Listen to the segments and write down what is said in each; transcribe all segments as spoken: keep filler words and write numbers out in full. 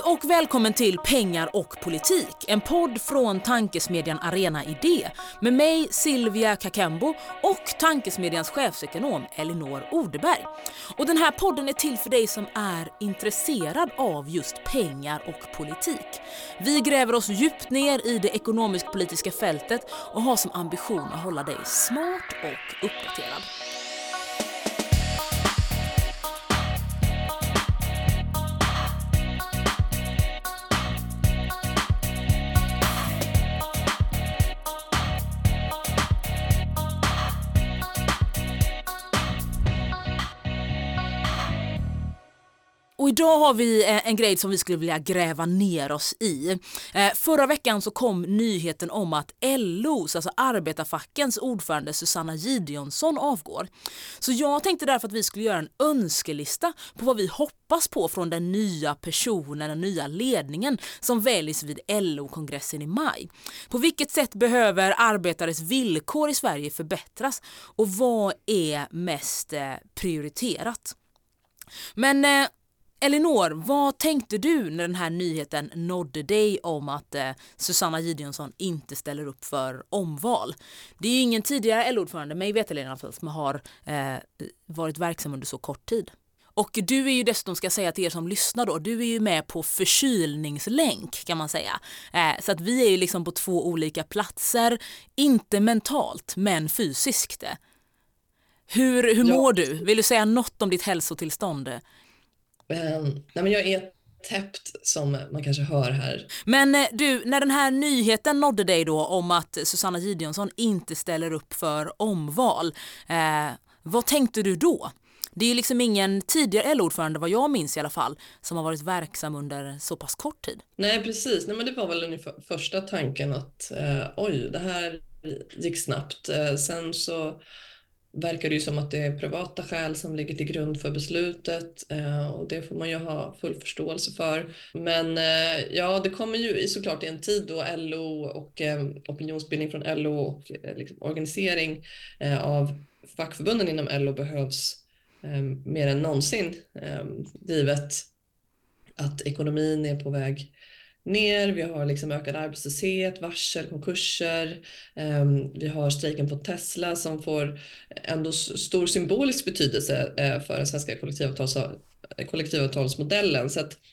och välkommen till Pengar och politik, en podd från tankesmedjan Arena Idé med mig Silvia Kakembo och tankesmedjans chefsekonom Elinor Odeberg. Och den här podden är till för dig som är intresserad av just pengar och politik. Vi gräver oss djupt ner i det ekonomisk-politiska fältet och har som ambition att hålla dig smart och uppdaterad. Och idag har vi en grej som vi skulle vilja gräva ner oss i. Förra veckan så kom nyheten om att L O:s, alltså arbetarfackens ordförande Susanna Gideonsson avgår. Så jag tänkte därför att vi skulle göra en önskelista på vad vi hoppas på från den nya personen, den nya ledningen som väljs vid L O-kongressen i maj. På vilket sätt behöver arbetares villkor i Sverige förbättras och vad är mest prioriterat? Men Elinor, vad tänkte du när den här nyheten nådde dig om att eh, Susanna Gideonsson inte ställer upp för omval? Det är ju ingen tidigare L O-ordförande, mig veterligen som har eh, varit verksam under så kort tid. Och du är ju dessutom, ska jag säga till er som lyssnar då, du är ju med på förkylningslänk kan man säga. Eh, så att vi är ju liksom på två olika platser, inte mentalt men fysiskt. Hur, hur Ja. mår du? Vill du säga något om ditt hälsotillstånd? Um, nej men jag är täppt som man kanske hör här. Men eh, du, när den här nyheten nådde dig då om att Susanna Gideonsson inte ställer upp för omval, eh, vad tänkte du då? Det är ju liksom ingen tidigare L O-ordförande, vad jag minns i alla fall, som har varit verksam under så pass kort tid. Nej precis, nej men det var väl ungefär första tanken att eh, oj, det här gick snabbt. Eh, sen så verkar det ju som att det är privata skäl som ligger till grund för beslutet eh, och det får man ju ha full förståelse för. Men eh, ja, det kommer ju såklart i en tid då L O och eh, opinionsbildning från L O och eh, liksom organisering eh, av fackförbunden inom L O behövs eh, mer än någonsin, eh, givet att ekonomin är på väg ner, vi har liksom ökad arbetslöshet, varsel, konkurser, um, vi har strejken på Tesla som får ändå stor symbolisk betydelse uh, för den svenska kollektivavtals, kollektivavtalsmodellen. Så att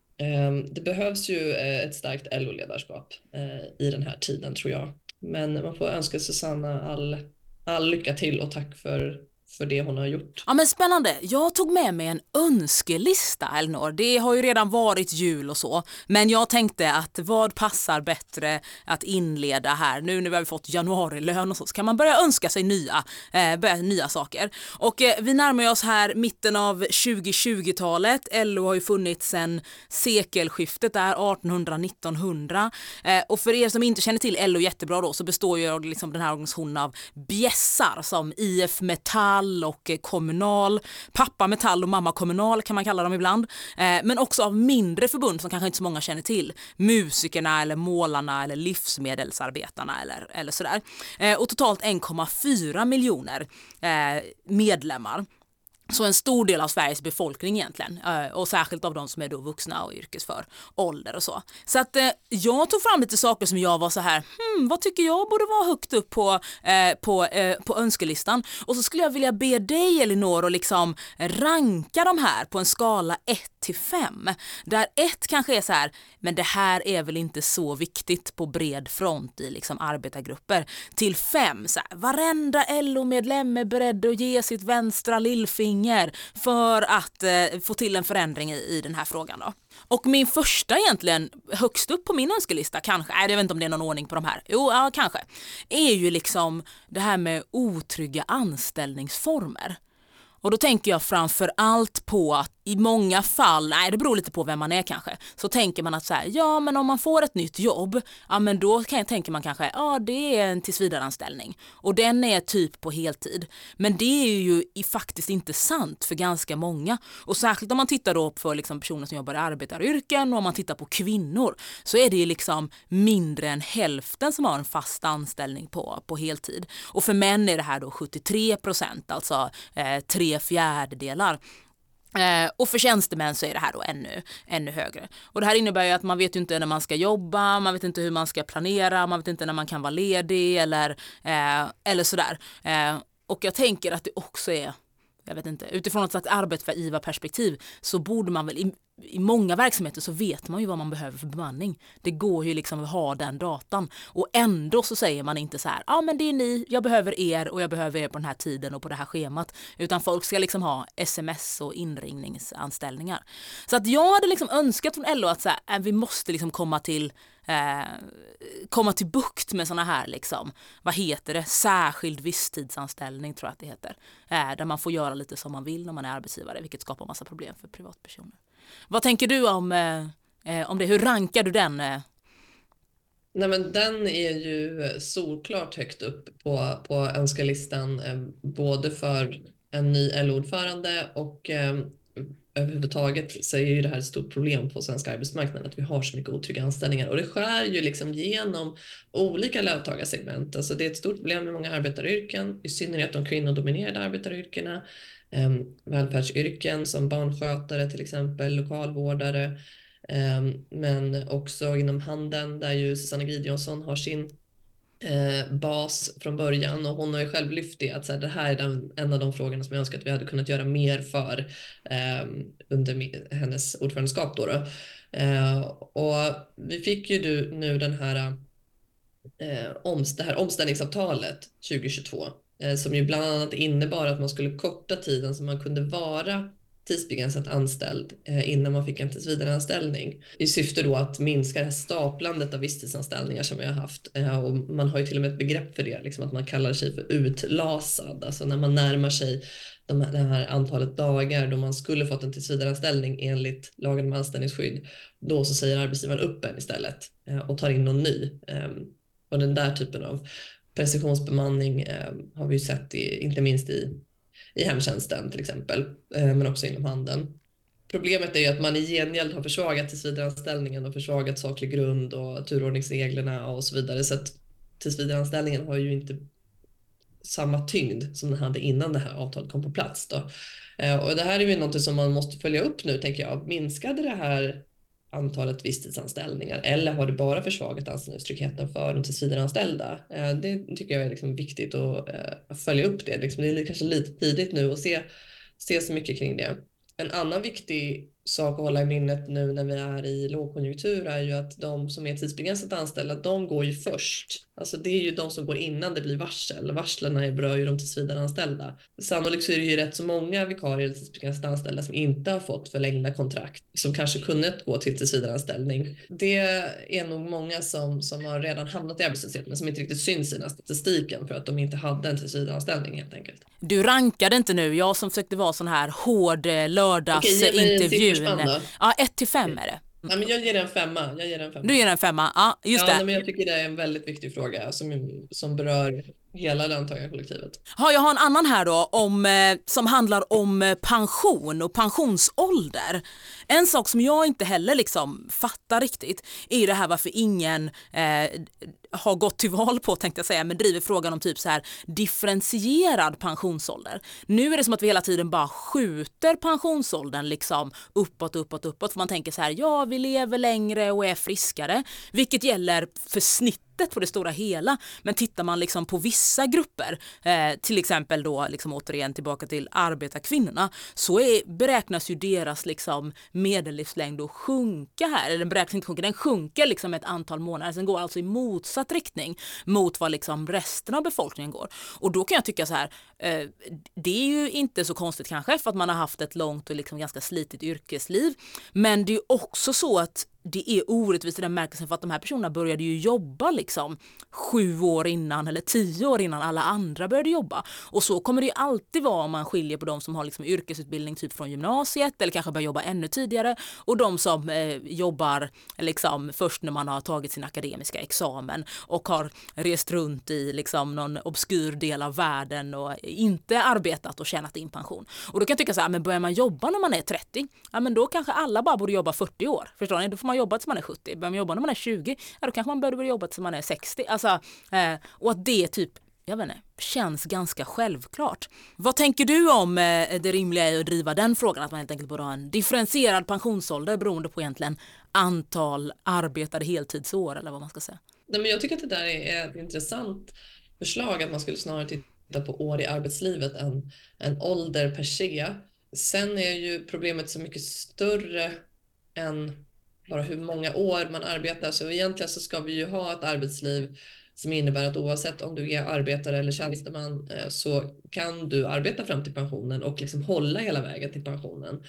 um, det behövs ju uh, ett starkt L O-ledarskap uh, i den här tiden tror jag. Men man får önska Susanna all, all lycka till och tack för för det hon har gjort. Ja men spännande, jag tog med mig en önskelista Elinor. Det har ju redan varit jul och så, men jag tänkte att vad passar bättre att inleda här nu när vi har fått januarilön och så, så kan man börja önska sig nya, eh, börja nya saker. Och eh, vi närmar oss här mitten av tjugohundra-talet. L O har ju funnits sedan sekelskiftet där artonhundra nittonhundra eh, och för er som inte känner till L O jättebra då så består ju liksom den här organisationen av bjässar som I F Metall och Kommunal, pappa Metall och mamma Kommunal kan man kalla dem ibland, eh, men också av mindre förbund som kanske inte så många känner till, musikerna eller målarna eller livsmedelsarbetarna eller, eller sådär. Eh, och totalt en komma fyra miljoner eh, medlemmar. Så en stor del av Sveriges befolkning egentligen. Och särskilt av de som är då vuxna och yrkesför ålder och så. Så att eh, jag tog fram lite saker som jag var så här, hmm, vad tycker jag borde vara högt upp på, eh, på, eh, på önskelistan. Och så skulle jag vilja be dig Elinor att liksom ranka de här på en skala ett till fem. Där ett kanske är så här, men det här är väl inte så viktigt på bred front i liksom arbetargrupper. Till fem, så här, varenda L O-medlem är beredd att ge sitt vänstra lillfinger för att eh, få till en förändring i, i den här frågan då. Och min första egentligen högst upp på min önskelista kanske, nej jag vet inte om det är någon ordning på de här, jo ja kanske, är ju liksom det här med otrygga anställningsformer. Och då tänker jag framför allt på att i många fall, nej det beror lite på vem man är kanske, så tänker man att så här, ja men om man får ett nytt jobb, ja men då kan, tänker man kanske, ja det är en tillsvidareanställning och den är typ på heltid. Men det är ju i, faktiskt inte sant för ganska många. Och särskilt om man tittar då på liksom personer som jobbar i arbetaryrken och om man tittar på kvinnor så är det ju liksom mindre än hälften som har en fast anställning på, på heltid. Och för män är det här då sjuttiotre procent, alltså eh, tre fjärdedelar. Eh, och för tjänstemän så är det här då ännu, ännu högre. Och det här innebär ju att man vet ju inte när man ska jobba, man vet inte hur man ska planera, man vet inte när man kan vara ledig eller, eh, eller sådär. Eh, och jag tänker att det också är, jag vet inte, utifrån ett slags arbetsgivarperspektiv så borde man väl i, i många verksamheter så vet man ju vad man behöver för bemanning. Det går ju liksom att ha den datan. Och ändå så säger man inte så här, ja ah, men det är ni, jag behöver er och jag behöver er på den här tiden och på det här schemat. Utan folk ska liksom ha sms och inringningsanställningar. Så att jag hade liksom önskat från L O att så här, äh, vi måste liksom komma till Eh, komma till bukt med såna här liksom, vad heter det, särskild visstidsanställning tror jag att det heter, eh, där man får göra lite som man vill när man är arbetsgivare, vilket skapar massa problem för privatpersoner. Vad tänker du om, eh, om det? Hur rankar du den? Eh? Nej, men den är ju solklart högt upp på, på önskelistan, eh, både för en ny L O-ordförande och eh, överhuvudtaget så är ju det här ett stort problem på svenska arbetsmarknaden att vi har så mycket otrygga anställningar och det skär ju liksom genom olika löntagarsegment. Alltså det är ett stort problem med många arbetaryrken, i synnerhet de kvinnodominerade arbetaryrkena, eh, välfärdsyrken som barnskötare till exempel, lokalvårdare, eh, men också inom handeln där ju Susanna Gideonsson har sin Eh, bas från början och hon har ju själv lyft det att så här, det här är den, en av de frågorna som jag önskar att vi hade kunnat göra mer för eh, under hennes ordförandeskap då, då. Eh, och vi fick ju du, nu den här eh, oms, det här omställningsavtalet tjugohundratjugotvå eh, som ju bland annat innebar att man skulle korta tiden som man kunde vara tidsbegränsat anställd eh, innan man fick en tillsvidareanställning i syfte då att minska det här staplandet av visstidsanställningar som vi har haft. Eh, och man har ju till och med ett begrepp för det, liksom att man kallar sig för utlasad, alltså när man närmar sig de här, det här antalet dagar då man skulle fått en tillsvidareanställning enligt lagen om anställningsskydd, då så säger arbetsgivaren upp en istället eh, och tar in någon ny. Eh, och den där typen av precisionsbemanning eh, har vi ju sett i, inte minst i i hemtjänsten till exempel, men också inom handeln. Problemet är ju att man i gengäld har försvagat tillsvidareanställningen och försvagat saklig grund och turordningsreglerna och så vidare, så att tillsvidareanställningen har ju inte samma tyngd som den hade innan det här avtalet kom på plats då. Och det här är ju något som man måste följa upp nu, tänker jag. Minskade det här antalet visstidsanställningar eller har det bara försvagat anställningstryggheten för de tillsvidareanställda? Det tycker jag är liksom viktigt att följa upp det. Det är kanske lite tidigt nu att se, se så mycket kring det. En annan viktig sak att hålla i minnet nu när vi är i lågkonjunktur är ju att de som är tidsbegränsat anställda, de går ju först. Alltså det är ju de som går innan det blir varsel. Varslen berör ju de tillsvidareanställda. Sannolikt så är det ju rätt så många vikarier eller tidsbegränsat anställda som inte har fått förlängda kontrakt, som kanske kunnat gå till tillsvidareanställning. Det är nog många som, som har redan hamnat i arbetslöshet men som inte riktigt syns i den här statistiken för att de inte hade en tillsvidareanställning helt enkelt. Du rankade inte nu, jag som försökte vara sån här hård lördagsintervju. Ja, ett till fem är det. Ja, men jag ger den femma. Jag ger den femma. Du ger den femma, ja just ja, det. Men jag tycker det är en väldigt viktig fråga som, som berör hela löntagarkollektivet. Ja, jag har en annan här då om, eh, som handlar om pension och pensionsålder. En sak som jag inte heller liksom fattar riktigt är ju det här varför ingen eh, har gått till val på, tänkte jag säga, men driver frågan om typ så här differentierad pensionsålder. Nu är det som att vi hela tiden bara skjuter pensionsåldern liksom uppåt, uppåt, uppåt. För man tänker så här, ja vi lever längre och är friskare, vilket gäller för snitt på det stora hela, men tittar man liksom på vissa grupper, eh, till exempel då liksom återigen tillbaka till arbetarkvinnorna, så är, beräknas ju deras liksom medellivslängd att sjunka här, eller den beräknas inte sjunka, den sjunker liksom ett antal månader, sen går alltså i motsatt riktning mot vad liksom resten av befolkningen går. Och då kan jag tycka så här, eh, det är ju inte så konstigt kanske för att man har haft ett långt och liksom ganska slitigt yrkesliv, men det är ju också så att det är orättvist i den märkelsen för att de här personerna började ju jobba liksom sju år innan eller tio år innan alla andra började jobba. Och så kommer det ju alltid vara om man skiljer på de som har liksom yrkesutbildning typ från gymnasiet eller kanske börjar jobba ännu tidigare och de som eh, jobbar liksom först när man har tagit sin akademiska examen och har rest runt i liksom någon obskyr del av världen och inte arbetat och tjänat in pension. Och då kan jag tycka så här, men börjar man jobba när man är trettio, ja men då kanske alla bara borde jobba fyrtio år. Förstår ni? Då får man jobba tills man är sjuttio. Börjar man jobba när man är tjugo, ja då kanske man börjar jobba tills man är sextio. Alltså, eh, och att det typ jag vet inte, känns ganska självklart. Vad tänker du om eh, det rimliga är att driva den frågan, att man helt enkelt borde ha en differentierad pensionsålder beroende på egentligen antal arbetade heltidsår eller vad man ska säga? Nej, men jag tycker att det där är ett intressant förslag, att man skulle snarare titta på år i arbetslivet än, än ålder per se. Sen är ju problemet så mycket större än bara hur många år man arbetar. Så egentligen så ska vi ju ha ett arbetsliv som innebär att oavsett om du är arbetare eller tjänsteman så kan du arbeta fram till pensionen och liksom hålla hela vägen till pensionen.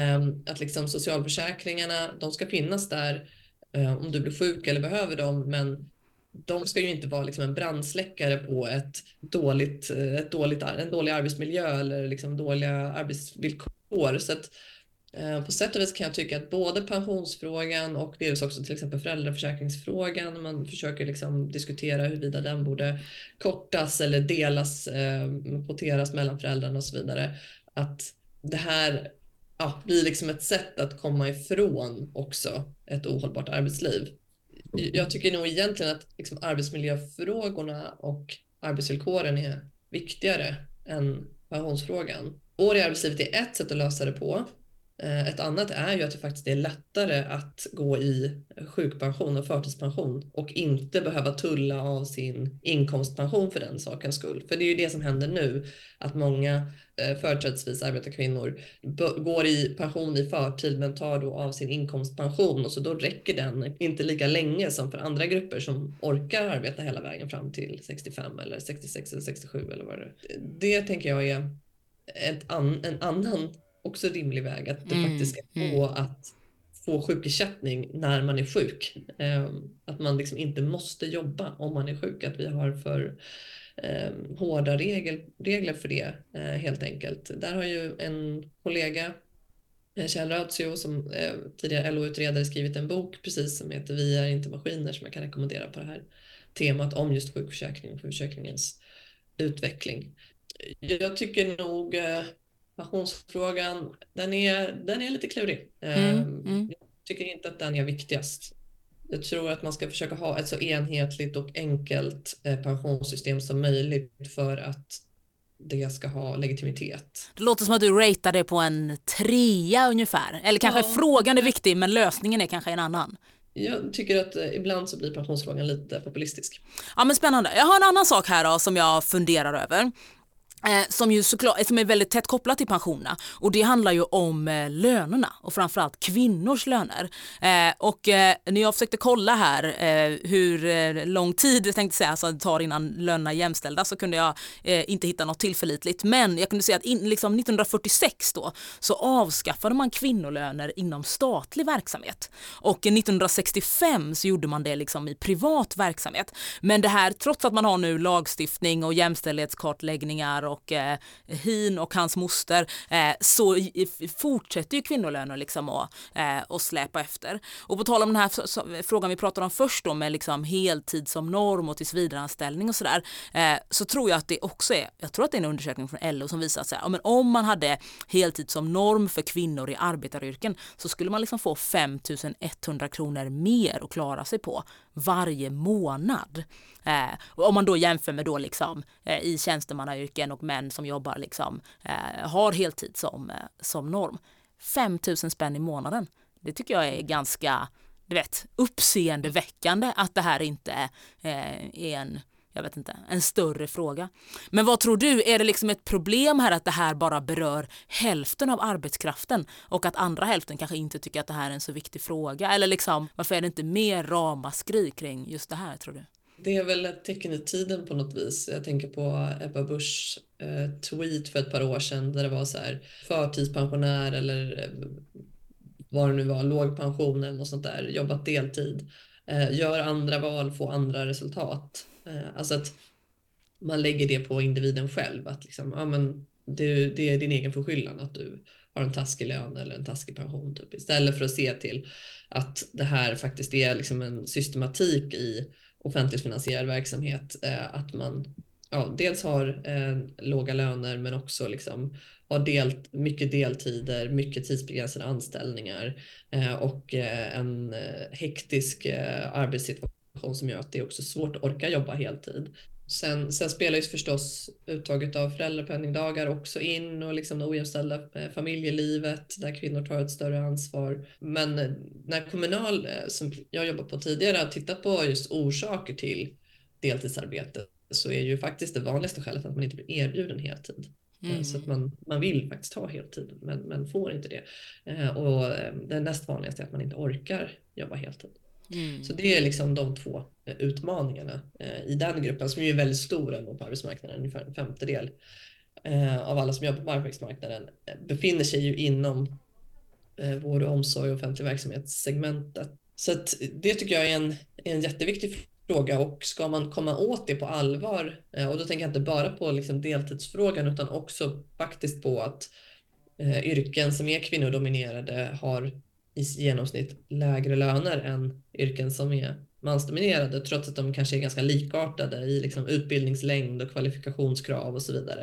Att liksom socialförsäkringarna, de ska finnas där om du blir sjuk eller behöver dem, men de ska ju inte vara liksom en brandsläckare på ett dåligt, ett dåligt, en dålig arbetsmiljö eller liksom dåliga arbetsvillkor. Så att, eh, på sätt och vis kan jag tycka att både pensionsfrågan och delvis också till exempel föräldraförsäkringsfrågan, man försöker liksom diskutera huruvida den borde kortas eller delas, eh, kvoteras mellan föräldrarna och så vidare. Att det här ja, blir liksom ett sätt att komma ifrån också ett ohållbart arbetsliv. Jag tycker nog egentligen att liksom arbetsmiljöfrågorna och arbetsvillkoren är viktigare än pensionsfrågan. År i arbetslivet är ett sätt att lösa det på. Ett annat är ju att det faktiskt är lättare att gå i sjukpension och förtidspension och inte behöva tulla av sin inkomstpension för den sakens skull. För det är ju det som händer nu, att många företrädesvis arbetarkvinnor går i pension i förtid men tar då av sin inkomstpension, och så då räcker den inte lika länge som för andra grupper som orkar arbeta hela vägen fram till sextiofem eller sextiosex eller sextiosju eller vad det är. Det tänker jag är ett an, en annan också rimlig väg, att det mm, faktiskt ska gå mm. att få sjukersättning när man är sjuk. Um, att man liksom inte måste jobba om man är sjuk, att vi har för um, hårda regel, regler för det uh, helt enkelt. Där har ju en kollega, Kjell Rautzio, som uh, tidigare L O-utredare, skrivit en bok precis som heter Vi är inte maskiner, som jag kan rekommendera på det här temat om just sjukförsäkring och försäkringens utveckling. Jag tycker nog uh, pensionsfrågan, den är, den är lite klurig. Mm, mm. Jag tycker inte att den är viktigast. Jag tror att man ska försöka ha ett så enhetligt och enkelt pensionssystem som möjligt för att det ska ha legitimitet. Det låter som att du ratear det på en trea ungefär. Eller kanske ja. Frågan är viktig, men lösningen är kanske en annan. Jag tycker att ibland så blir pensionsfrågan lite populistisk. Ja, men spännande. Jag har en annan sak här då, som jag funderar över. Eh, som ju såklart som är väldigt tätt kopplat till pensionerna, och det handlar ju om eh, lönerna och framförallt kvinnors löner. Eh, och eh, när jag försökte kolla här eh, hur eh, lång tid jag tänkte säga alltså, det tar innan lönerna är jämställda, så kunde jag eh, inte hitta något tillförlitligt, men jag kunde se att in, liksom nittonhundrafyrtiosex då så avskaffade man kvinnolöner inom statlig verksamhet, och nittonhundrasextiofem så gjorde man det liksom i privat verksamhet. Men det här, trots att man har nu lagstiftning och jämställdhetskartläggningar och eh, Hin och hans moster, eh, så fortsätter ju kvinnolöner liksom att, eh, att släpa efter. Och på tal om den här så, så, frågan vi pratade om först då, med liksom heltid som norm och tillsvidareanställning och sådär, eh, så tror jag att det också är, jag tror att det är en undersökning från L O som visar att så här, ja, men om man hade heltid som norm för kvinnor i arbetaryrken, så skulle man liksom få fem tusen etthundra kronor mer att klara sig på varje månad. Eh, och om man då jämför med då liksom eh, i tjänstemannayrken och män som jobbar liksom eh, har heltid som, eh, som norm. fem tusen spänn i månaden. Det tycker jag är ganska, du vet, uppseendeväckande att det här inte eh, är en, jag vet inte, en större fråga. Men vad tror du, är det liksom ett problem här att det här bara berör hälften av arbetskraften och att andra hälften kanske inte tycker att det här är en så viktig fråga? Eller liksom, varför är det inte mer ramaskri kring just det här, tror du? Det är väl ett tecken i tiden på något vis. Jag tänker på Ebba Buschs eh, tweet för ett par år sedan där det var så här, förtidspensionär eller eh, vad det nu var, låg pension eller något sånt där, jobbat deltid, eh, gör andra val, får andra resultat. Eh, alltså att man lägger det på individen själv, att liksom, ja, men det, det är din egen förskyllan att du har en taskig lön eller en taskig pension typ, istället för att se till att det här faktiskt är liksom en systematik i offentligt finansierad verksamhet, eh, att man ja, dels har eh, låga löner men också liksom har delt, mycket deltider, mycket tidsbegränsade anställningar eh, och eh, en eh, hektisk eh, arbetssituation som gör att det är också svårt att orka jobba heltid. Sen, sen spelar ju förstås uttaget av föräldrapenningdagar också in och liksom det ojämställda eh, familjelivet där kvinnor tar ett större ansvar. Men eh, när Kommunal, eh, som jag jobbat på tidigare, har tittat på just orsaker till deltidsarbete, så är ju faktiskt det vanligaste skälet att man inte blir erbjuden heltid. Mm. Så att man, man vill faktiskt ha heltid men, men får inte det. Eh, och eh, det näst vanligaste är att man inte orkar jobba heltid. Mm. Så det är liksom de två utmaningarna eh, i den gruppen som är väldigt stor på arbetsmarknaden. Ungefär en femtedel eh, av alla som jobbar på arbetsmarknaden eh, befinner sig ju inom eh, vård och omsorg och offentlig verksamhetssegmentet. Så att det tycker jag är en, en jätteviktig fråga, och ska man komma åt det på allvar, eh, och då tänker jag inte bara på liksom deltidsfrågan utan också faktiskt på att eh, yrken som är kvinnodominerade har i genomsnitt lägre löner än yrken som är mansdominerade, trots att de kanske är ganska likartade i liksom utbildningslängd och kvalifikationskrav och så vidare.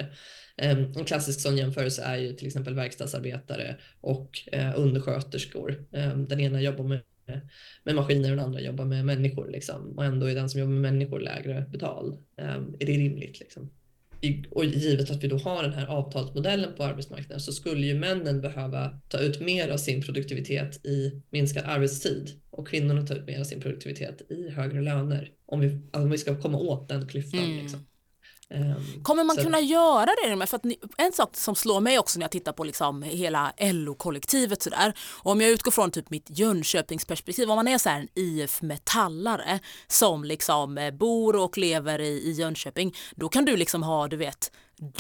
En klassisk sån jämförelse är ju till exempel verkstadsarbetare och undersköterskor. Den ena jobbar med, med maskiner och den andra jobbar med människor. Liksom. Och ändå är den som jobbar med människor lägre betald. Är det rimligt? Liksom? Och givet att vi då har den här avtalsmodellen på arbetsmarknaden, så skulle ju männen behöva ta ut mer av sin produktivitet i minskad arbetstid och kvinnorna ta ut mer av sin produktivitet i högre löner om vi, om vi ska komma åt den klyftan. Mm. Liksom. Um, Kommer man så kunna göra det? För att ni, en sak som slår mig också när jag tittar på liksom hela L O-kollektivet sådär, och om jag utgår från typ mitt Jönköpingsperspektiv, om man är så här en I F-metallare som liksom bor och lever i, i Jönköping, då kan du liksom ha, du vet,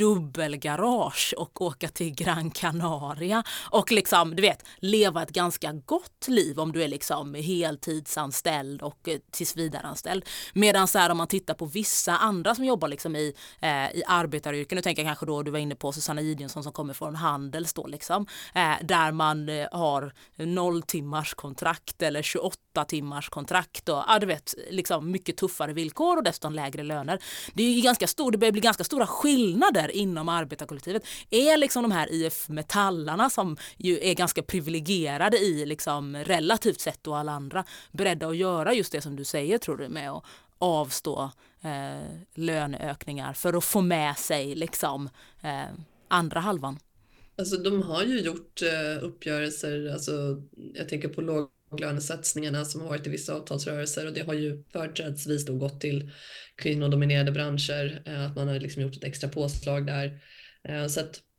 dubbelgarage och åka till Gran Canaria och liksom, du vet, leva ett ganska gott liv om du är liksom heltidsanställd och tillsvidareanställd. Medan så här, om man tittar på vissa andra som jobbar liksom i, eh, i arbetaryrken, nu tänker jag kanske då du var inne på Susanna Gideonsson som kommer från Handels då liksom, eh, där man eh, har noll timmars kontrakt eller tjugoåtta timmars kontrakt och ja, du vet, liksom mycket tuffare villkor och dessutom lägre löner. Det är ju ganska stor, det börjar bli ganska stora skillnader inom arbetarkollektivet. Är liksom de här I F-metallarna som ju är ganska privilegierade i liksom relativt sett och alla andra beredda att göra just det som du säger, tror du, med att avstå eh, löneökningar för att få med sig liksom eh, andra halvan? Alltså de har ju gjort eh, uppgörelser, alltså jag tänker på låglönesatsningarna som har varit i vissa avtalsrörelser, och det har ju företrädesvis då gått till kvinnodominerade branscher, eh, att man har liksom gjort ett extra påslag där. Eh, så att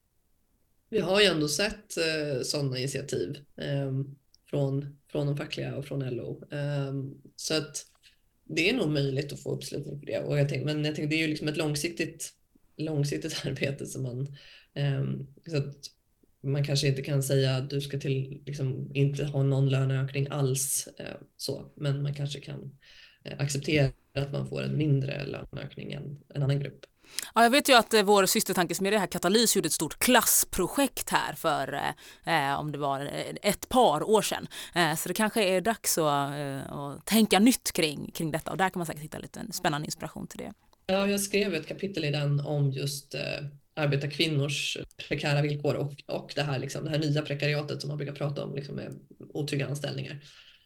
vi har ju ändå sett eh, sådana initiativ eh, från, från de fackliga och från L O. Eh, så att det är nog möjligt att få uppslutning för det. Och jag tänk, men jag tänker det är ju liksom ett långsiktigt, långsiktigt arbete som man... Eh, så att man kanske inte kan säga att du ska till, liksom, inte ha någon löneökning alls, eh, så, men man kanske kan eh, acceptera att man får en mindre löneökning än en annan grupp. Ja, jag vet ju att eh, vår systertankesmedja här, Katalys, gjorde ett stort klassprojekt här för eh, om det var ett par år sedan. Eh, så det kanske är dags att, eh, att tänka nytt kring, kring detta, och där kan man säkert hitta lite spännande inspiration till det. Ja, jag skrev ett kapitel i den om just eh, arbetarkvinnors prekära villkor och, och det, här, liksom, det här nya prekariatet som man brukar prata om, liksom, med otrygga anställningar.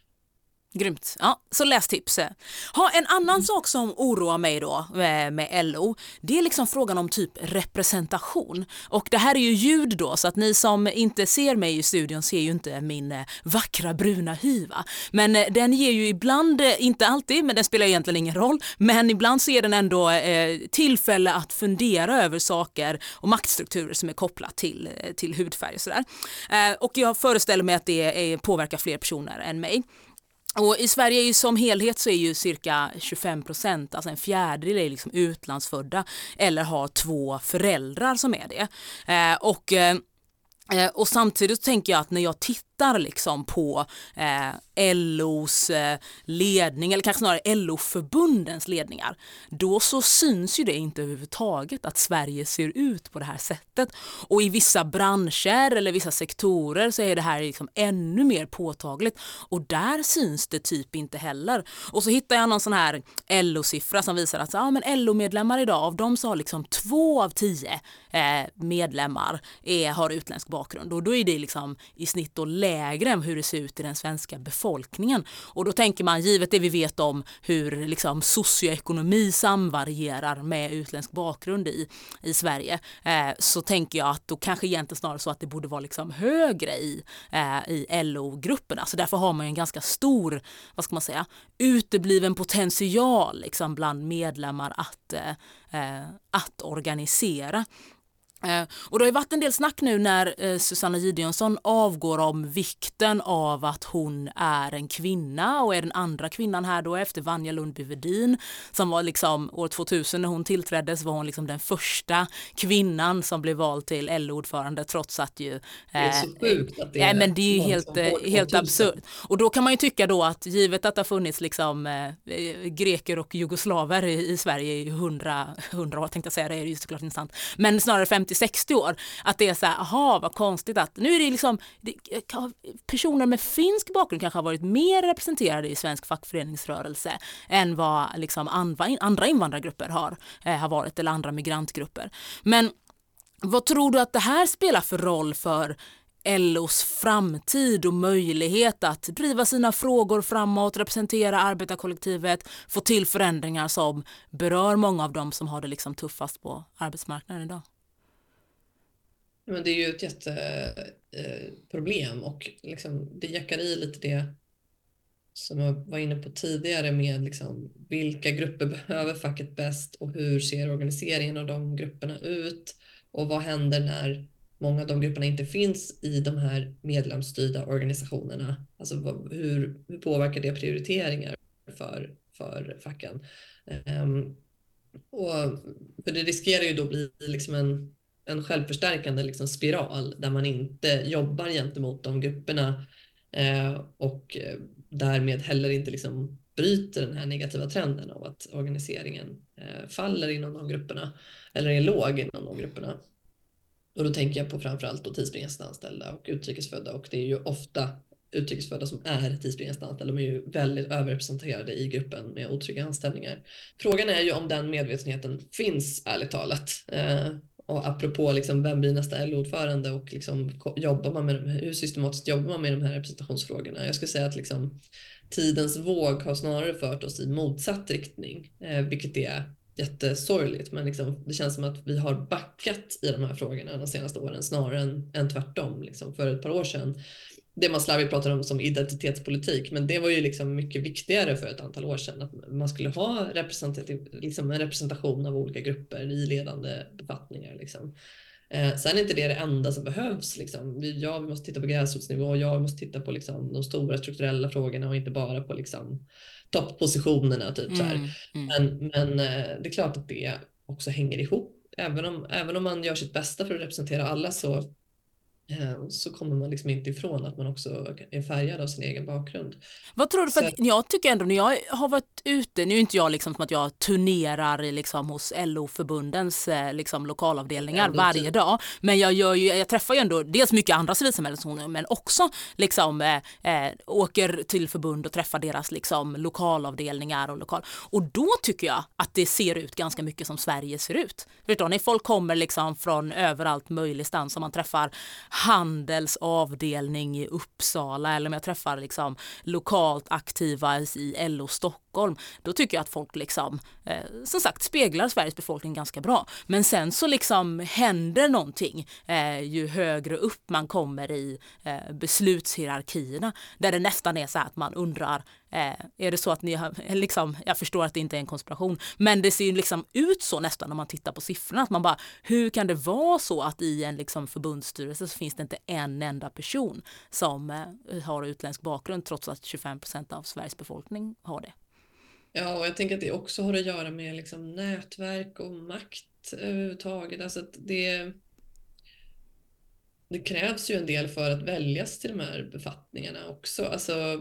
Grymt. Ja, så lästips. Ha, en annan mm. sak som oroar mig då med, med L O, det är liksom frågan om typ representation. Och det här är ju ljud då, så att ni som inte ser mig i studion ser ju inte min eh, vackra bruna hyva. Men eh, den ger ju ibland, eh, inte alltid, men den spelar egentligen ingen roll, men ibland så är den ändå eh, tillfälle att fundera över saker och maktstrukturer som är kopplat till, eh, till hudfärg och sådär. Eh, och jag föreställer mig att det eh, påverkar fler personer än mig. Och i Sverige är ju som helhet så är ju cirka tjugofem procent, alltså en fjärdedel, är liksom utlandsfödda eller har två föräldrar som är det. Eh, och, eh, och samtidigt tänker jag att när jag tittar liksom på eh, L O:s eh, ledning, eller kanske snarare L O-förbundens ledningar, då så syns ju det inte överhuvudtaget att Sverige ser ut på det här sättet. Och i vissa branscher eller vissa sektorer så är det här liksom ännu mer påtagligt, och där syns det typ inte heller. Och så hittar jag någon sån här L O-siffra som visar att ja, men L O-medlemmar idag, av dem så har liksom två av tio eh, medlemmar är, har utländsk bakgrund, och då är det liksom i snitt och lägre än hur det ser ut i den svenska befolkningen. Och då tänker man, givet det vi vet om hur liksom socioekonomi samvarierar med utländsk bakgrund i, i Sverige, eh, så tänker jag att då kanske egentligen snarare så att det borde vara liksom högre i, eh, i L O-grupperna. Så därför har man ju en ganska stor, vad ska man säga, utebliven potential liksom bland medlemmar att, eh, att organisera. Eh, och det har ju varit en del snack nu när eh, Susanna Gideonsson avgår om vikten av att hon är en kvinna och är den andra kvinnan här då efter Vanja Lundby-Wedin som var liksom år tvåtusen när hon tillträdde, så var hon liksom den första kvinnan som blev vald till L O-ordförande trots att ju... Eh, det är så sjukt att det är, är, men det är ju helt, helt absurt. Och då kan man ju tycka då att givet att det har funnits liksom eh, greker och jugoslaver i, i Sverige i hundra, hundra år, tänkte jag säga, det är ju såklart intressant, men snarare femtio sextio år, att det är så här, aha, vad konstigt att nu är det liksom det, personer med finsk bakgrund kanske har varit mer representerade i svensk fackföreningsrörelse än vad liksom andra, andra invandrargrupper har, eh, har varit, eller andra migrantgrupper. Men vad tror du att det här spelar för roll för L O:s framtid och möjlighet att driva sina frågor framåt, representera arbetarkollektivet, få till förändringar som berör många av dem som har det liksom tuffast på arbetsmarknaden idag? Men det är ju ett jätteproblem och liksom det jackar i lite det som jag var inne på tidigare med liksom vilka grupper behöver facket bäst och hur ser organiseringen av de grupperna ut och vad händer när många av de grupperna inte finns i de här medlemsstyrda organisationerna. Alltså hur, hur påverkar det prioriteringar för, för facken? Um, och, för det riskerar ju då bli liksom en en självförstärkande liksom spiral där man inte jobbar gentemot de grupperna eh, och därmed heller inte liksom bryter den här negativa trenden av att organiseringen eh, faller inom de grupperna eller är låg inom de grupperna. Och då tänker jag på framförallt då tidsbegränsat anställda och utrikesfödda, och det är ju ofta utrikesfödda som är tidsbegränsat anställda. De är ju väldigt överrepresenterade i gruppen med otrygga anställningar. Frågan är ju om den medvetenheten finns, ärligt talat. Eh, Och apropå liksom, vem blir nästa L O-ordförande och liksom, jobbar man med de, hur systematiskt jobbar man med de här representationsfrågorna? Jag skulle säga att liksom, tidens våg har snarare fört oss i motsatt riktning, eh, vilket är jättesorgligt. Men liksom, det känns som att vi har backat i de här frågorna de senaste åren snarare än, än tvärtom. Liksom, för ett par år sedan, det man slarvigt pratar om som identitetspolitik, men det var ju liksom mycket viktigare för ett antal år sedan att man skulle ha representativ, liksom en representation av olika grupper i ledande befattningar. Liksom. Eh, sen är inte det det enda som behövs. Liksom. Vi, ja, vi måste titta på gräsrotsnivå, ja, vi måste titta på liksom, de stora strukturella frågorna och inte bara på liksom, topppositionerna. Typ, så här. Mm, mm. Men, men eh, det är klart att det också hänger ihop. Även om, även om man gör sitt bästa för att representera alla så så kommer man liksom inte ifrån att man också är färgad av sin egen bakgrund. Vad tror du? För så... att jag tycker ändå när jag har varit ute, nu är inte jag liksom som att jag turnerar liksom hos L O-förbundens liksom lokalavdelningar ändå varje typ. dag, men jag, gör ju, jag träffar ju ändå dels mycket andra civilsamhällesorganisationer men också liksom eh, åker till förbund och träffar deras liksom lokalavdelningar och lokal. Och då tycker jag att det ser ut ganska mycket som Sverige ser ut. Vet du, när folk kommer liksom från överallt möjligt stans som man träffar Handels avdelning i Uppsala eller om jag träffar liksom lokalt aktiva i L O Stockholm, då tycker jag att folk liksom eh, som sagt speglar Sveriges befolkning ganska bra. Men sen så liksom händer någonting eh, ju högre upp man kommer i eh, beslutshierarkierna, där det nästan är så här att man undrar, Eh, är det så att ni har, liksom, jag förstår att det inte är en konspiration, men det ser ju liksom ut så nästan när man tittar på siffrorna, att man bara, hur kan det vara så att i en liksom förbundsstyrelse så finns det inte en enda person som eh, har utländsk bakgrund trots att tjugofem procent av Sveriges befolkning har det? Ja, och jag tänker att det också har att göra med liksom nätverk och makt överhuvudtaget. Alltså att det, det krävs ju en del för att väljas till de här befattningarna också. Alltså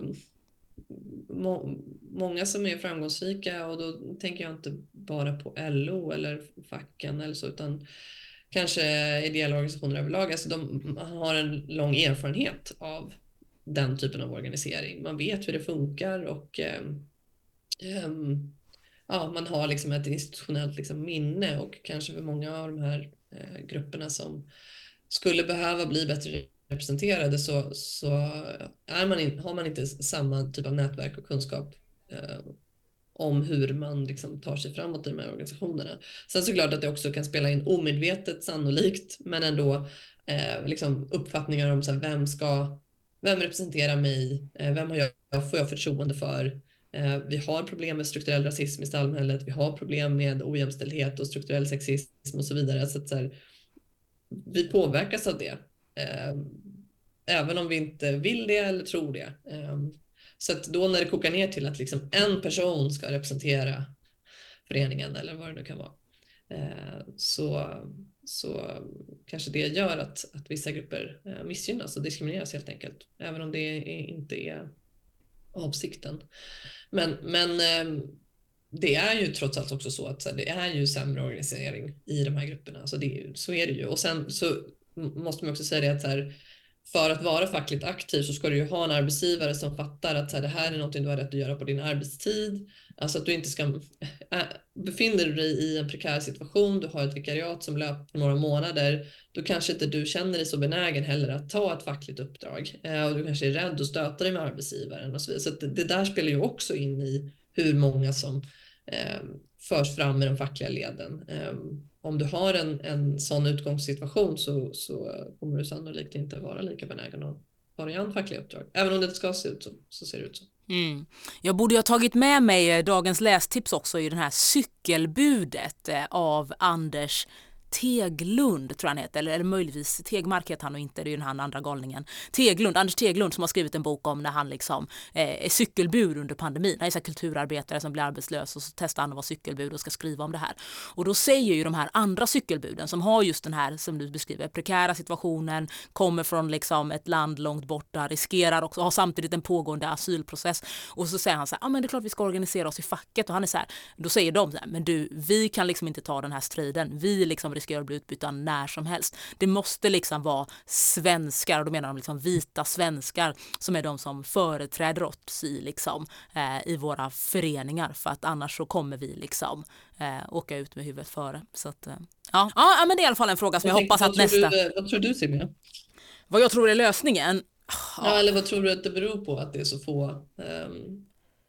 må, många som är framgångsrika, och då tänker jag inte bara på L O eller facken eller så, utan kanske ideella organisationer överlag. Alltså de har en lång erfarenhet av den typen av organisering. Man vet hur det funkar och eh, eh, ja, man har liksom ett institutionellt liksom minne, och kanske för många av de här eh, grupperna som skulle behöva bli bättre representerade så, så är man in, har man inte samma typ av nätverk och kunskap eh, om hur man liksom tar sig framåt i de här organisationerna. Sen så klart att det också kan spela in omedvetet sannolikt, men ändå eh, liksom uppfattningar om så här, vem ska, vem representerar mig, eh, vem har jag, får jag förtroende för. Eh, vi har problem med strukturell rasism i samhället, vi har problem med ojämställdhet och strukturell sexism och så vidare. Så att så här, vi påverkas av det, eh, även om vi inte vill det eller tror det. Eh, så att då när det kokar ner till att liksom en person ska representera föreningen eller vad det nu kan vara, eh, så, så kanske det gör att, att vissa grupper eh, missgynnas och diskrimineras helt enkelt, även om det är, inte är avsikten. Men, men eh, det är ju trots allt också så att så här, det är ju sämre organisering i de här grupperna. Så, det, så är det ju. Och sen så måste man också säga det att så här, för att vara fackligt aktiv så ska du ju ha en arbetsgivare som fattar att så här, det här är något du har rätt att göra på din arbetstid. Alltså att du inte ska... Äh, befinner du dig i en prekär situation, du har ett vikariat som löper några månader, då kanske inte du känner dig så benägen heller att ta ett fackligt uppdrag. Eh, och du kanske är rädd att stöta dig med arbetsgivaren och så vidare. Så att det, det där spelar ju också in i hur många som eh, förs fram i de fackliga leden. Eh, om du har en, en sån utgångssituation så, så kommer du sannolikt inte vara lika benägen att vara i en fackliga uppdrag. Även om det ska se ut så, så ser det ut så. Mm. Jag borde ju ha tagit med mig dagens lästips också i den här cykelbudet av Anders Teglund, tror jag han heter, eller, eller möjligtvis Tegmark heter han och inte, det är ju den här andra galningen. Teglund, Anders Teglund som har skrivit en bok om när han liksom eh, är cykelbud under pandemin. Han är så här kulturarbetare som blir arbetslös och så testar han att vara cykelbud och ska skriva om det här. Och då säger ju de här andra cykelbuden som har just den här, som du beskriver, prekära situationen, kommer från liksom ett land långt borta, riskerar också, har samtidigt en pågående asylprocess. Och så säger han så här, ja ah, men det är klart vi ska organisera oss i facket. Och han är så här, då säger de så här, men du, vi kan liksom inte ta den här striden. Vi liksom riskerar att bli utbytta när som helst. Det måste liksom vara svenskar, och då menar de liksom vita svenskar som är de som företräder oss i, liksom, eh, i våra föreningar, för att annars så kommer vi liksom eh, åka ut med huvudet före. Så att, eh, ja. ja, men det är i alla fall en fråga som jag, jag hoppas att nästa... Du, vad tror du, Simia? Vad jag tror är lösningen? Ja. ja, eller vad tror du att det beror på att det är så få um,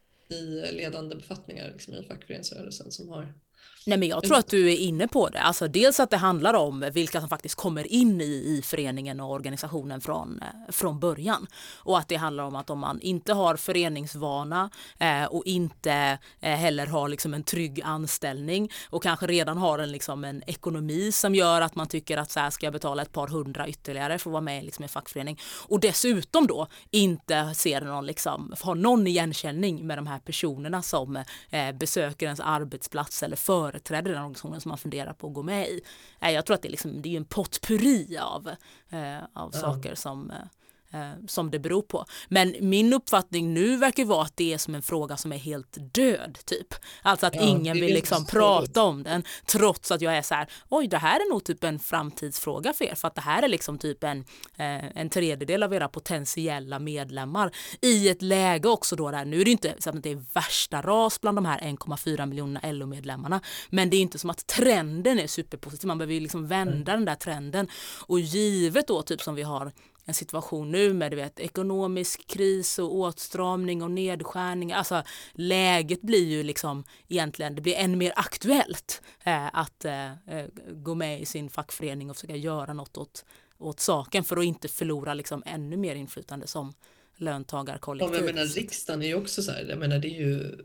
i ledande befattningar liksom, i fackföreningsrörelsen som har... Nej, men jag tror att du är inne på det. Alltså dels att det handlar om vilka som faktiskt kommer in i, i föreningen och organisationen från, från början. Och att det handlar om att om man inte har föreningsvana eh, och inte eh, heller har liksom en trygg anställning och kanske redan har en, liksom en ekonomi som gör att man tycker att så här ska jag betala ett par hundra ytterligare för att vara med liksom, i en fackförening. Och dessutom då inte ser någon, liksom, har någon igenkänning med de här personerna som eh, besöker ens arbetsplats eller för företräder den organisationen som man funderar på att gå med i. Jag tror att det är, liksom, det är en potpurri av, eh, av ja. saker som, eh, som det beror på. Men min uppfattning nu verkar vara att det är som en fråga som är helt död, typ. Alltså att ja, ingen vill liksom prata om den, trots att jag är så här, oj, det här är nog typ en framtidsfråga för er, för att det här är liksom typ en, eh, en tredjedel av era potentiella medlemmar i ett läge också då där, nu är det inte så att det är värsta ras bland de här en komma fyra miljoner L O-medlemmarna, men det är inte som att trenden är superpositiv, man behöver ju liksom vända mm. den där trenden, och givet då typ som vi har en situation nu med, du vet, ekonomisk kris och åtstramning och nedskärning. Alltså läget blir ju liksom egentligen, det blir än mer aktuellt eh, att eh, gå med i sin fackförening och försöka göra något åt, åt saken för att inte förlora liksom ännu mer inflytande som löntagarkollektiv. Ja, jag menar, riksdagen är ju också så här, jag menar, det är ju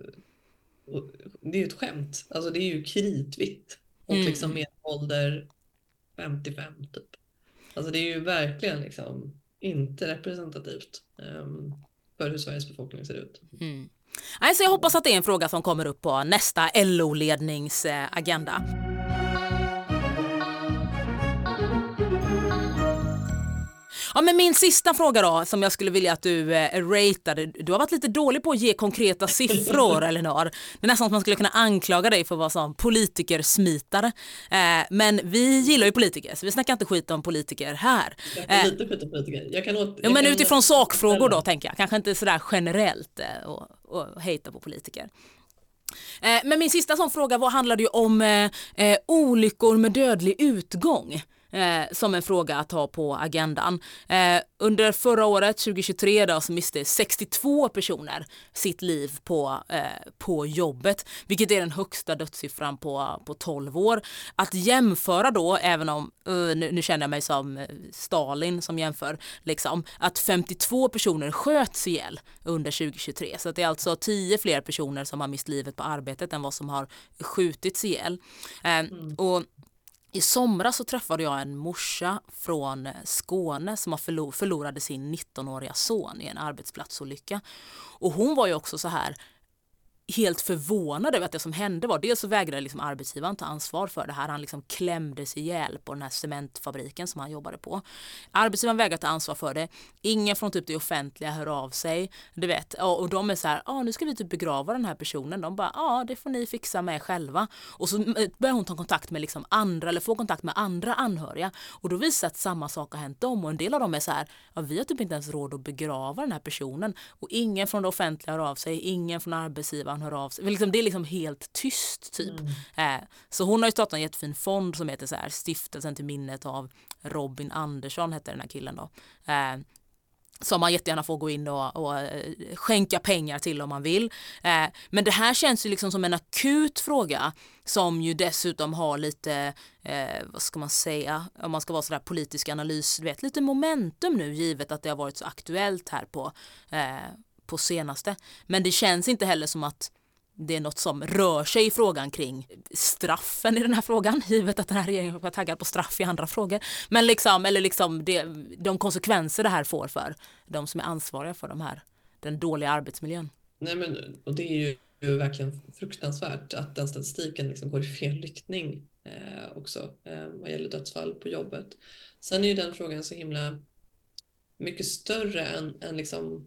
det är ju ett skämt. Alltså det är ju kritvitt och mm. liksom medelålder femtiofem typ. Alltså det är ju verkligen liksom inte representativt um, för hur Sveriges befolkning ser ut. Mm. Alltså jag hoppas att det är en fråga som kommer upp på nästa L O-ledningsagenda. Ja, men min sista fråga då, som jag skulle vilja att du eh, ratade. Du har varit lite dålig på att ge konkreta siffror, Elinor. Det är nästan som man skulle kunna anklaga dig för att vara som politikersmitare. Eh, men vi gillar ju politiker, så vi snackar inte skit om politiker här. Jag lite skit om politiker. Jag kan åt, ja, men kan utifrån sakfrågor då, tänker jag. Kanske inte sådär generellt eh, och, och hejta på politiker. Men min sista sån fråga var, handlade ju om eh, olyckor med dödlig utgång. eh, som en fråga att ha på agendan. Eh, under förra året, tjugohundratjugotre, då, så miste sextiotvå personer sitt liv på, eh, på jobbet, vilket är den högsta dödssiffran på, på tolv år. Att jämföra då, även om, uh, nu, nu känner jag mig som Stalin som jämför, liksom, att femtiotvå personer sköts ihjäl under tjugohundratjugotre. Så att det är alltså tio fler personer som har mist livet på arbetet än vad som har skjutits ihjäl. Eh, mm. Och i somras så träffade jag en morsa från Skåne som har förlor- förlorade sin nittonåriga son i en arbetsplatsolycka. Och hon var ju också så här helt förvånad över att det som hände var, dels så vägrade liksom arbetsgivaren ta ansvar för det här. Han liksom klämdes ihjäl på den här cementfabriken som han jobbade på. Arbetsgivaren vägrade ta ansvar för det. Ingen från typ det offentliga hör av sig. Du vet, och de är så här, ja nu ska vi typ begrava den här personen. De bara, ja det får ni fixa med själva. Och så börjar hon ta kontakt med liksom andra, eller få kontakt med andra anhöriga. Och då visar att samma sak har hänt dem. Och en del av dem är så här, ja vi har typ inte ens råd att begrava den här personen. Och ingen från det offentliga hör av sig. Ingen från arbetsgivaren hör av sig. Liksom, det är liksom helt tyst typ. Mm. Eh, så hon har ju startat en jättefin fond som heter så här, Stiftelsen till minnet av Robin Andersson heter den här killen då. Eh, som man jättegärna får gå in och, och uh, skänka pengar till om man vill. Eh, men det här känns ju liksom som en akut fråga som ju dessutom har lite, eh, vad ska man säga, om man ska vara sådär politisk analys, vet, lite momentum nu givet att det har varit så aktuellt här på, eh, på senaste. Men det känns inte heller som att det är något som rör sig i frågan kring straffen i den här frågan, givet att den här regeringen har taggat på straff i andra frågor. Men liksom, eller liksom det, de konsekvenser det här får för de som är ansvariga för de här, den dåliga arbetsmiljön. Nej men, och det är ju, ju verkligen fruktansvärt att den statistiken liksom går i fel riktning eh, också eh, vad gäller dödsfall på jobbet. Sen är ju den frågan så himla mycket större än, än liksom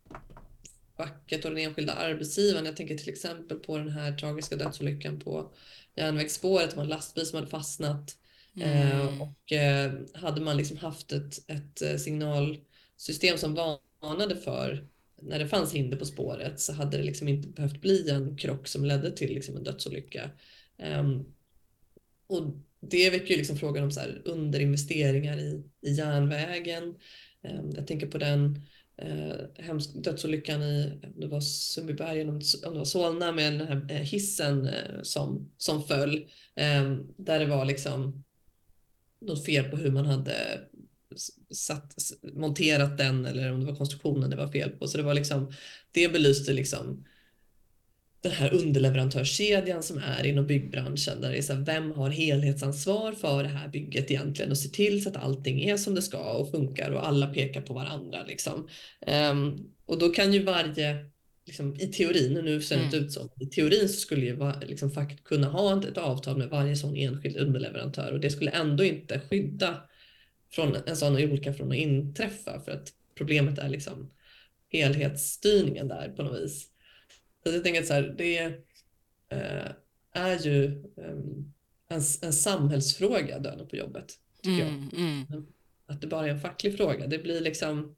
facket och den enskilda arbetsgivaren. Jag tänker till exempel på den här tragiska dödsolyckan på järnvägsspåret. Det var en lastbil som hade fastnat. Mm. Eh, och eh, hade man liksom haft ett, ett signalsystem som varnade för när det fanns hinder på spåret, så hade det liksom inte behövt bli en krock som ledde till liksom en dödsolycka. Eh, och det väcker ju liksom frågan om så här underinvesteringar i, i järnvägen. Eh, jag tänker på den Eh, hemsk dödsolyckan i, det var Sundbyberg, om det var Solna, med den här hissen eh, som, som föll. Eh, där det var liksom något fel på hur man hade satt, monterat den, eller om det var konstruktionen det var fel på. Så det var liksom, det belyste liksom den här underleverantörskedjan som är inom byggbranschen, där det är så här, vem har helhetsansvar för det här bygget egentligen och ser till så att allting är som det ska och funkar och alla pekar på varandra liksom. Um, och då kan ju varje, liksom, i teorin, och nu ser det inte ut så, i teorin så skulle ju va, liksom, facket kunna ha ett, ett avtal med varje sån enskild underleverantör, och det skulle ändå inte skydda från en sån olycka från att inträffa, för att problemet är liksom helhetsstyrningen där på något vis. Så jag tänker att så här, det eh, är ju um, en, en samhällsfråga, döden på jobbet, tycker mm, jag. Mm. Att det bara är en facklig fråga. Det blir liksom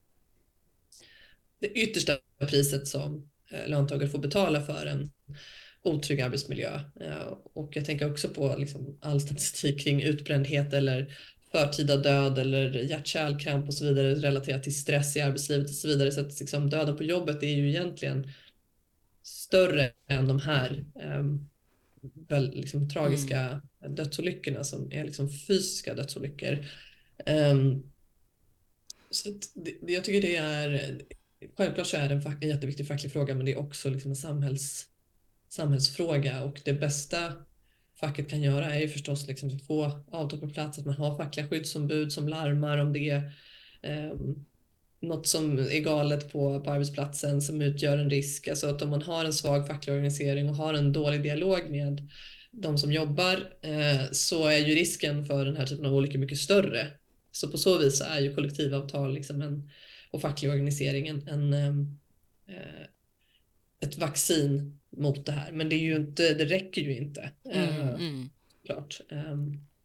det yttersta priset som eh, löntagare får betala för en otrygg arbetsmiljö. Eh, och jag tänker också på liksom, all statistik kring utbrändhet eller förtida död eller hjärt-kärlkramp och så vidare relaterat till stress i arbetslivet och så vidare. Så att liksom, döden på jobbet är ju egentligen större än de här um, väl, liksom, tragiska mm. dödsolyckorna som är liksom fysiska dödsolyckor. Um, så det, jag tycker det är, självklart så är det en, en jätteviktig facklig fråga, men det är också liksom en samhälls, samhällsfråga, och det bästa facket kan göra är ju förstås liksom att få avtal på plats, att man har fackliga skyddsombud som larmar om det är um, något som är galet på, på arbetsplatsen som utgör en risk. Alltså att om man har en svag facklig organisering och har en dålig dialog med de som jobbar eh, så är ju risken för den här typen av olyckor mycket större. Så på så vis är ju kollektivavtal liksom en, och facklig organisering en, en, eh, ett vaccin mot det här. Men det, är ju inte, det räcker ju inte. Eh, mm, mm. Klart. Eh,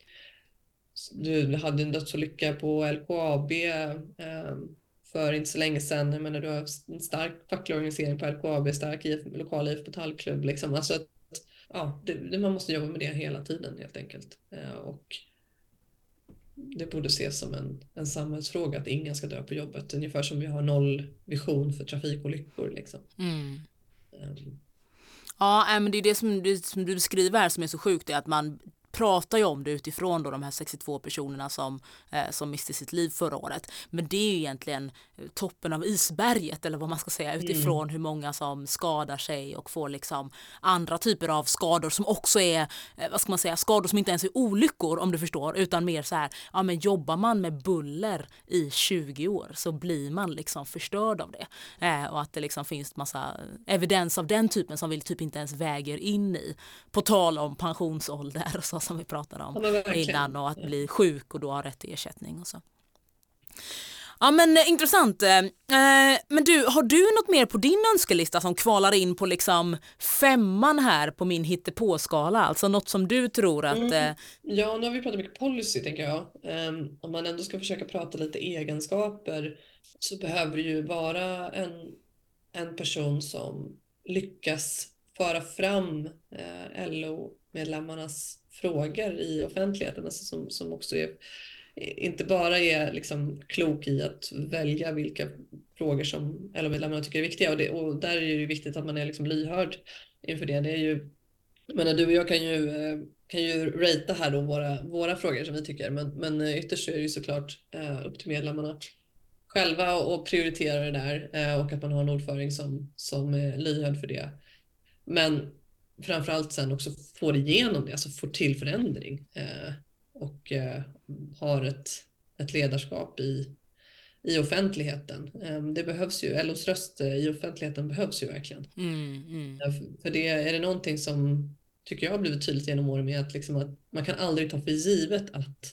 du hade en dödsolycka på L K A B eh, för inte så länge sedan. Jag menar, du har en stark facklig organisering på L K A B, stark I F, lokal I F Metallklubb. Liksom. Alltså att, ja, det, man måste jobba med det hela tiden helt enkelt. Och det borde ses som en, en samhällsfråga att ingen ska dö på jobbet. Ungefär som vi har nollvision för trafikolyckor. Liksom. Mm. Um. Ja, men det är det som du, som du beskriver här som är så sjukt, det är att man pratar ju om det utifrån då de här sextiotvå personerna som, eh, som miste sitt liv förra året. Men det är ju egentligen toppen av isberget, eller vad man ska säga, utifrån mm. hur många som skadar sig och får liksom andra typer av skador som också är, eh, vad ska man säga, skador som inte ens är olyckor, om du förstår, utan mer så här, ja men jobbar man med buller i tjugo år så blir man liksom förstörd av det. Eh, och att det liksom finns massa evidens av den typen som vi typ inte ens väger in i. På tal om pensionsålder och så som vi pratade om ja, innan, och att bli sjuk och då ha rätt till ersättning och så. Ja, men eh, intressant. Eh, men du, har du något mer på din önskelista som kvalar in på liksom femman här på min hittepåskala? Alltså något som du tror att... Eh... Mm. Ja, nu har vi pratat mycket policy, tänker jag. Um, om man ändå ska försöka prata lite egenskaper så behöver det ju vara en, en person som lyckas föra fram eh, L O-medlemmarnas frågor i offentligheten, alltså som, som också är, inte bara är liksom klok i att välja vilka frågor som L O-medlemmarna tycker är viktiga, och, det, och där är det ju viktigt att man är liksom lyhörd inför det. Det är ju, jag menar, du och jag kan ju, kan ju ratea här då våra, våra frågor som vi tycker, men, men ytterst är det ju såklart uh, upp till medlemmarna själva och prioritera det där, uh, och att man har en ordföring som, som är lyhörd för det. Men framförallt sen också får igenom det, alltså får till förändring eh, och eh, har ett, ett ledarskap i, i offentligheten. Eh, det behövs ju, L O:s röst i offentligheten behövs ju verkligen. Mm, mm. För, för det är det någonting som tycker jag har blivit tydligt genom åren med att, liksom att man kan aldrig ta för givet att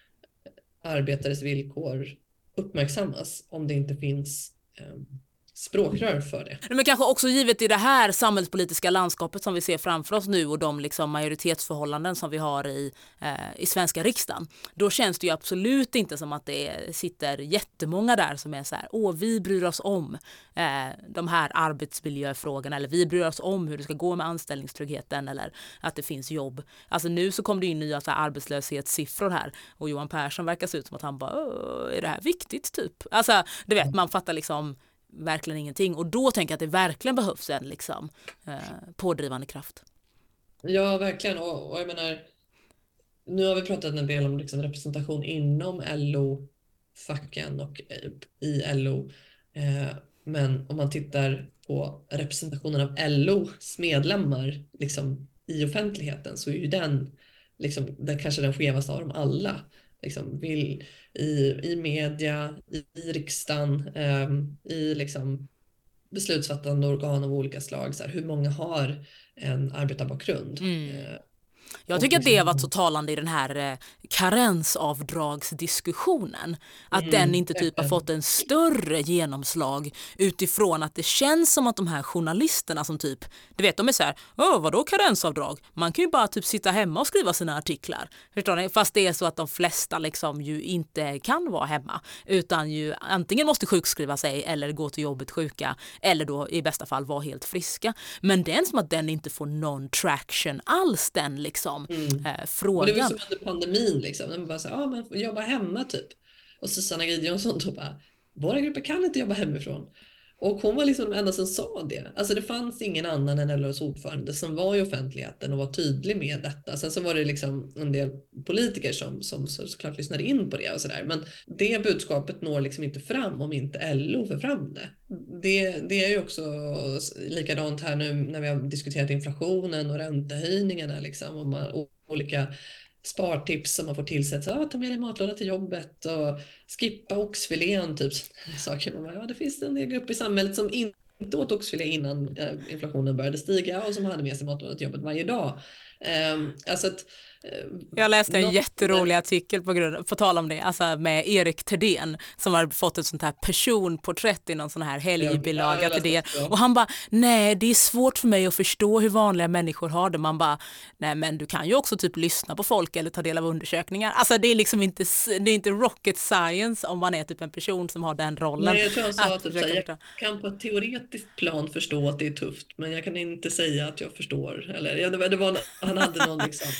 arbetares villkor uppmärksammas om det inte finns eh, språkrör för det. Men kanske också givet i det här samhällspolitiska landskapet som vi ser framför oss nu och de liksom majoritetsförhållanden som vi har i, eh, i svenska riksdagen. Då känns det ju absolut inte som att det sitter jättemånga där som är så här, åh vi bryr oss om eh, de här arbetsmiljöfrågorna, eller vi bryr oss om hur det ska gå med anställningstryggheten eller att det finns jobb. Alltså nu så kom det in nya så här arbetslöshetssiffror här och Johan Persson verkar se ut som att han bara, är det här viktigt typ? Alltså du vet, man fattar liksom verkligen ingenting, och då tänker jag att det verkligen behövs en liksom, eh, pådrivande kraft. Ja, verkligen, och, och jag menar, nu har vi pratat en del om liksom representation inom L O-facken och i L O, eh, men om man tittar på representationen av L O:s medlemmar liksom, i offentligheten, så är ju den, liksom, den kanske den skevaste av dem alla. Liksom, vill, i, i media, i, i riksdagen, eh, i liksom, beslutsfattande organ av olika slag. Så här, hur många har en arbetarbakgrund? Mm. Eh, Jag tycker att det har varit så talande i den här eh, karensavdragsdiskussionen. Att mm, den inte typ har fått en större genomslag utifrån att det känns som att de här journalisterna som typ, du vet, de är så här, åh vadå karensavdrag? Man kan ju bara typ sitta hemma och skriva sina artiklar. Förstår ni? Fast det är så att de flesta liksom ju inte kan vara hemma, utan ju antingen måste sjukskriva sig eller gå till jobbet sjuka, eller då i bästa fall vara helt friska. Men det är som att den inte får någon traction alls, den liksom. Liksom, mm. eh, frågan. Och det var som under pandemin liksom. De bara så ja, man får jobba hemma typ. Och Susanna Gideonsson då bara, våra grupper kan inte jobba hemifrån. Och hon var liksom den enda som sa det. Alltså det fanns ingen annan än L O:s ordförande som var i offentligheten och var tydlig med detta. Sen så var det liksom en del politiker som, som så, såklart lyssnade in på det och sådär. Men det budskapet når liksom inte fram om inte L O för fram det. Det, det är ju också likadant här nu när vi har diskuterat inflationen och räntehöjningarna liksom. Och man, och olika spartips som man får tillsätt, så, ah, ta med dig matlåda till jobbet och skippa oxfilén typ saker. Man bara, ja, det finns en del grupp i samhället som inte åt oxfilé innan eh, inflationen började stiga och som hade med sig matlåda till jobbet varje dag. Eh, alltså att Jag läste en jätterolig artikel på, grund, på tal om det, alltså med Erik Thedéen som har fått ett sånt här personporträtt i någon sån här helgbilaga ja, till det. Och han bara, nej det är svårt för mig att förstå hur vanliga människor har det. Man bara, nej men du kan ju också typ lyssna på folk eller ta del av undersökningar. Alltså det är liksom inte, det är inte rocket science om man är typ en person som har den rollen. Nej, jag tror han sa att, typ, så, jag kan på ett teoretiskt plan förstå att det är tufft, men jag kan inte säga att jag förstår. Eller, ja, det var, det var, han hade någon liksom... Säger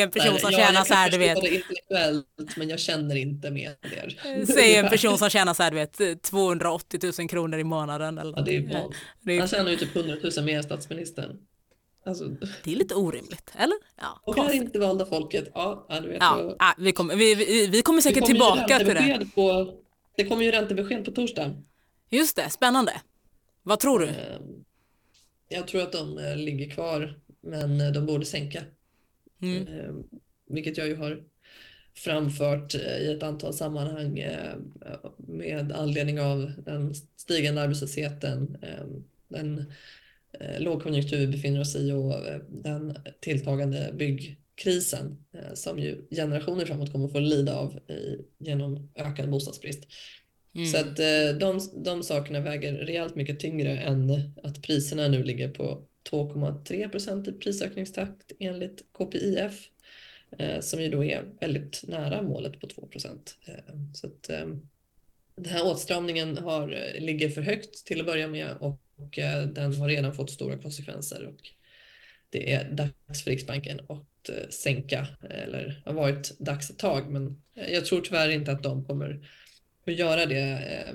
en person som Ja, tjänar jag så här, du kan vet. förstå det intellektuellt, men jag känner inte med er. Säg en person som tjänar så här, du vet, tvåhundraåttio tusen kronor i månaden. Eller Ja, det är något. van. Det är, Han tjänar ju typ hundratusen mer än statsministern. Alltså, det är lite orimligt, eller? Ja, och är konstigt. inte valda folket. Ja, ja, du vet. Ja, så- ja, vi, kommer, vi, vi, vi kommer det säkert kommer ju tillbaka till det. räntebesked På, det kommer ju räntebesked på torsdag. Just det, spännande. Vad tror du? Ehm, Jag tror att de eh, ligger kvar, men eh, de borde sänka. Mm. Ehm, Vilket jag ju har framfört eh, i ett antal sammanhang eh, med anledning av den stigande arbetslösheten, eh, den eh, lågkonjunktur vi befinner oss i och eh, den tilltagande byggkrisen eh, som ju generationer framåt kommer att få lida av i, genom ökad bostadsbrist. Mm. Så att eh, de, de sakerna väger rejält mycket tyngre än att priserna nu ligger på två komma tre procent i prisökningstakt enligt K P I F. Eh, som ju då är väldigt nära målet på två procent. Eh, så att eh, den här åtstramningen har, ligger för högt till att börja med och, och eh, den har redan fått stora konsekvenser och det är dags för Riksbanken att eh, sänka, eller har varit dags ett tag, men jag tror tyvärr inte att de kommer att göra det eh,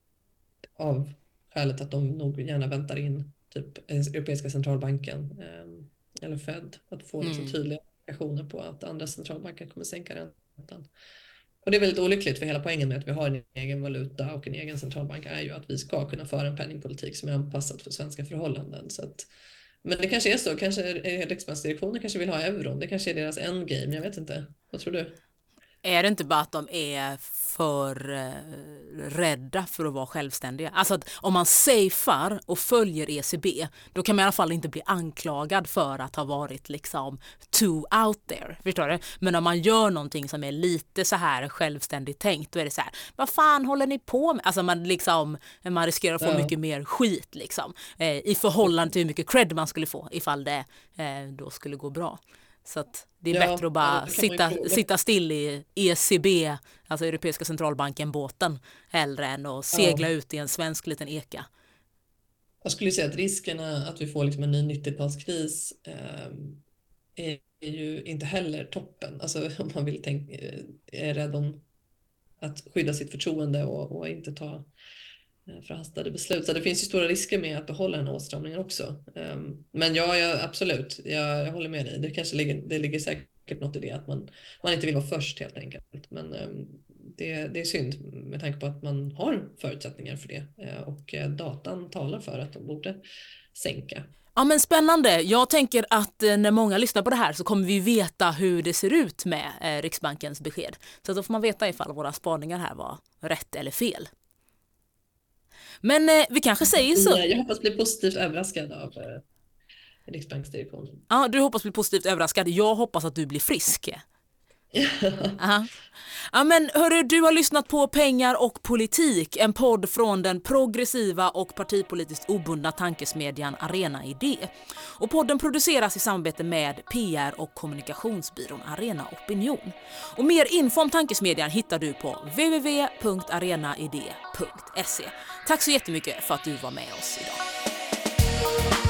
av skälet att de nog gärna väntar in typ Europeiska centralbanken eh, eller Fed att få liksom, Mm. tydliga indikationer på att andra centralbanker kommer sänka räntan. Och det är väldigt olyckligt, för hela poängen med att vi har en egen valuta och en egen centralbank är ju att vi ska kunna föra en penningpolitik som är anpassad för svenska förhållanden. Så att, men det kanske är så, kanske Riksbanksdirektionen kanske vill ha euron, det kanske är deras endgame, jag vet inte. Vad tror du? Är det inte bara att de är för eh, rädda för att vara självständiga? Alltså att om man safear och följer E C B, då kan man i alla fall inte bli anklagad för att ha varit liksom too out there, förstår du? Men om man gör någonting som är lite så här självständigt tänkt, då är det så här, vad fan håller ni på med? Alltså man liksom, man riskerar att få Ja. mycket mer skit liksom, eh, i förhållande till hur mycket cred man skulle få ifall det eh, då skulle gå bra. Så att det är Ja, bättre att ja, bara det kan man ju sitta, fråga. sitta still i E C B, alltså Europeiska centralbanken-båten, hellre än att segla ut i en svensk liten eka. Jag skulle säga att riskerna att vi får liksom en ny nittiotalskris eh, är ju inte heller toppen. Alltså om man vill tänka, är rädd om att skydda sitt förtroende och, och inte ta eh, förhastade beslut. Så det finns ju stora risker med att behålla den åtstramningen också. Eh, men ja, ja absolut, jag, jag håller med dig. Det kanske ligger, det ligger säkert något i det att man, man inte vill vara först helt enkelt. Men eh, det, det är synd med tanke på att man har förutsättningar för det. Eh, och eh, datan talar för att de borde sänka. Ja men spännande. Jag tänker att eh, när många lyssnar på det här så kommer vi veta hur det ser ut med eh, Riksbankens besked. Så då får man veta ifall våra spaningar här var rätt eller fel. Men eh, vi kanske säger så. Jag hoppas bli positivt överraskad av eh, Riksbanksdirektionen. Ja, du hoppas bli positivt överraskad. Jag hoppas att du blir frisk. Aha. Ja, men hörru, du har lyssnat på Pengar och politik, en podd från den progressiva och partipolitiskt obundna tankesmedjan Arena Idé. Och podden produceras i samarbete med P R och kommunikationsbyrån Arena Opinion. Och mer info om tankesmedjan hittar du på w w w punkt arenaidé punkt se. Tack så jättemycket för att du var med oss idag.